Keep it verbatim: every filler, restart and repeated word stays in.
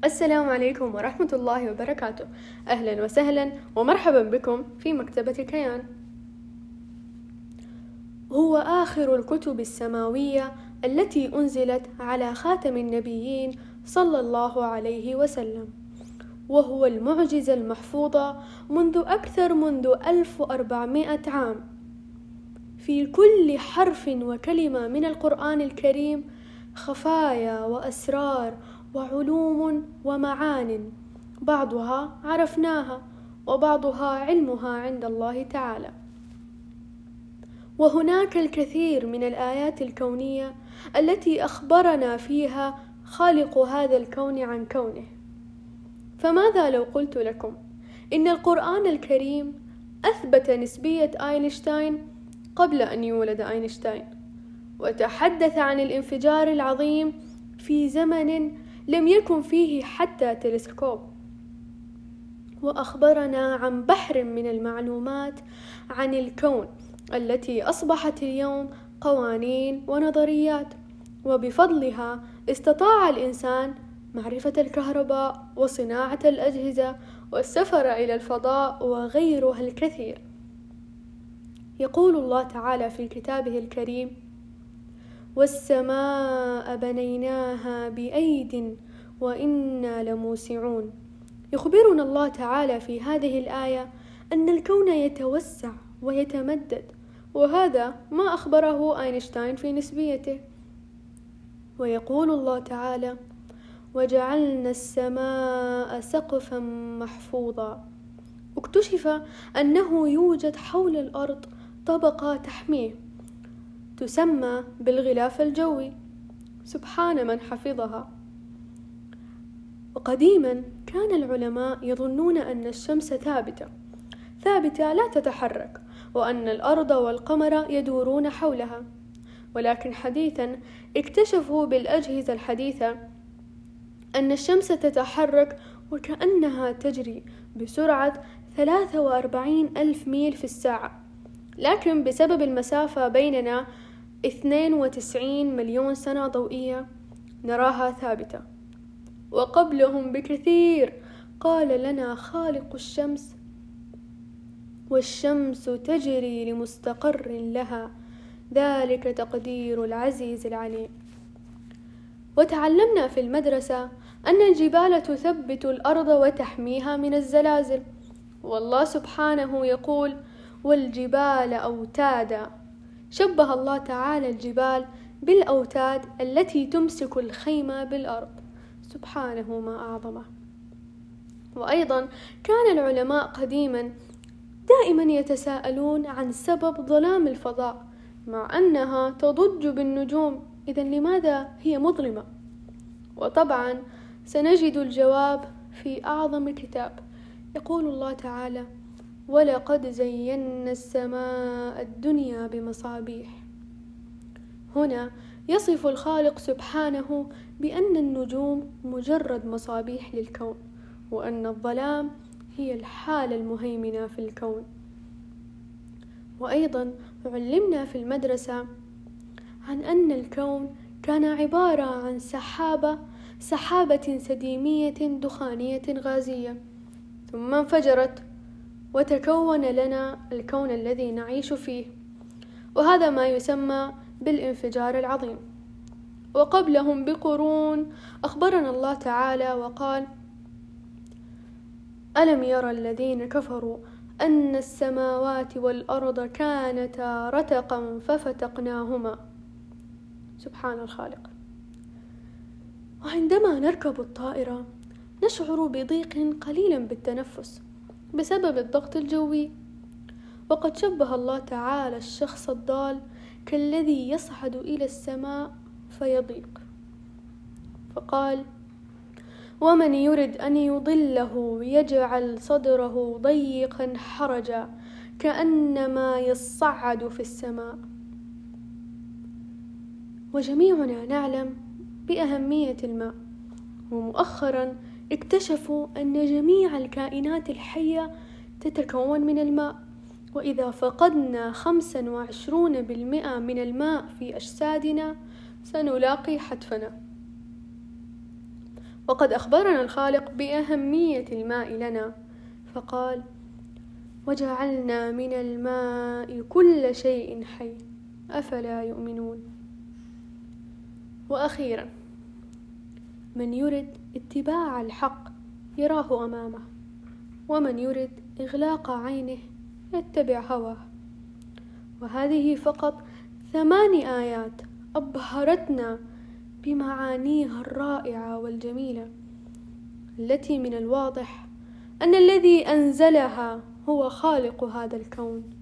السلام عليكم ورحمة الله وبركاته. أهلا وسهلا ومرحبا بكم في مكتبة كيان. هو آخر الكتب السماوية التي أنزلت على خاتم النبيين صلى الله عليه وسلم، وهو المعجزة المحفوظة منذ أكثر منذ ألف وأربعمائة عام. في كل حرف وكلمة من القرآن الكريم خفايا وأسرار وعلوم ومعان، بعضها عرفناها وبعضها علمها عند الله تعالى. وهناك الكثير من الآيات الكونية التي أخبرنا فيها خالق هذا الكون عن كونه. فماذا لو قلت لكم إن القرآن الكريم أثبت نسبية أينشتاين قبل أن يولد أينشتاين، وتحدث عن الانفجار العظيم في زمن لم يكن فيه حتى تلسكوب، وأخبرنا عن بحر من المعلومات عن الكون التي أصبحت اليوم قوانين ونظريات، وبفضلها استطاع الإنسان معرفة الكهرباء وصناعة الأجهزة والسفر إلى الفضاء وغيرها الكثير. يقول الله تعالى في كتابه الكريم: والسماء بنيناها بأيد وإنا لموسعون. يخبرنا الله تعالى في هذه الآية أن الكون يتوسع ويتمدد، وهذا ما أخبره أينشتاين في نسبيته. ويقول الله تعالى: وجعلنا السماء سقفا محفوظا. اكتشف أنه يوجد حول الأرض طبقة تحميه تسمى بالغلاف الجوي، سبحان من حفظها. وقديما كان العلماء يظنون أن الشمس ثابتة ثابتة لا تتحرك، وأن الأرض والقمر يدورون حولها، ولكن حديثا اكتشفوا بالأجهزة الحديثة أن الشمس تتحرك وكأنها تجري بسرعة ثلاثة وأربعين ألف ميل في الساعة، لكن بسبب المسافة بيننا اثنين وتسعين مليون سنة ضوئية نراها ثابتة. وقبلهم بكثير قال لنا خالق الشمس: والشمس تجري لمستقر لها، ذلك تقدير العزيز العليم. وتعلمنا في المدرسة أن الجبال تثبت الأرض وتحميها من الزلازل، والله سبحانه يقول: والجبال أوتادا. شبه الله تعالى الجبال بالأوتاد التي تمسك الخيمة بالأرض، سبحانه ما أعظمه. وأيضا كان العلماء قديما دائما يتساءلون عن سبب ظلام الفضاء، مع أنها تضج بالنجوم، إذن لماذا هي مظلمة؟ وطبعا سنجد الجواب في أعظم كتاب. يقول الله تعالى: ولقد زينا السماء الدنيا بمصابيح. هنا يصف الخالق سبحانه بأن النجوم مجرد مصابيح للكون، وأن الظلام هي الحالة المهيمنة في الكون. وأيضا علمنا في المدرسة عن أن الكون كان عبارة عن سحابة سحابة سديمية دخانية غازية، ثم انفجرت وتكون لنا الكون الذي نعيش فيه، وهذا ما يسمى بالانفجار العظيم. وقبلهم بقرون أخبرنا الله تعالى وقال: ألم يرى الذين كفروا أن السماوات والأرض كانتا رتقا ففتقناهما. سبحان الخالق. وعندما نركب الطائرة نشعر بضيق قليلا بالتنفس بسبب الضغط الجوي، وقد شبه الله تعالى الشخص الضال كالذي يصعد إلى السماء فيضيق، فقال: ومن يرد أن يضله يجعل صدره ضيقا حرجا كأنما يصعد في السماء. وجميعنا نعلم بأهمية الماء، ومؤخرا اكتشفوا أن جميع الكائنات الحية تتكون من الماء، وإذا فقدنا خمسة وعشرين بالمئة من الماء في أجسادنا سنلاقي حتفنا. وقد أخبرنا الخالق بأهمية الماء لنا، فقال: وجعلنا من الماء كل شيء حي أفلا يؤمنون. وأخيرا، من يرد اتباع الحق يراه أمامه، ومن يرد إغلاق عينه يتبع هواه. وهذه فقط ثماني آيات أبهرتنا بمعانيها الرائعة والجميلة، التي من الواضح أن الذي أنزلها هو خالق هذا الكون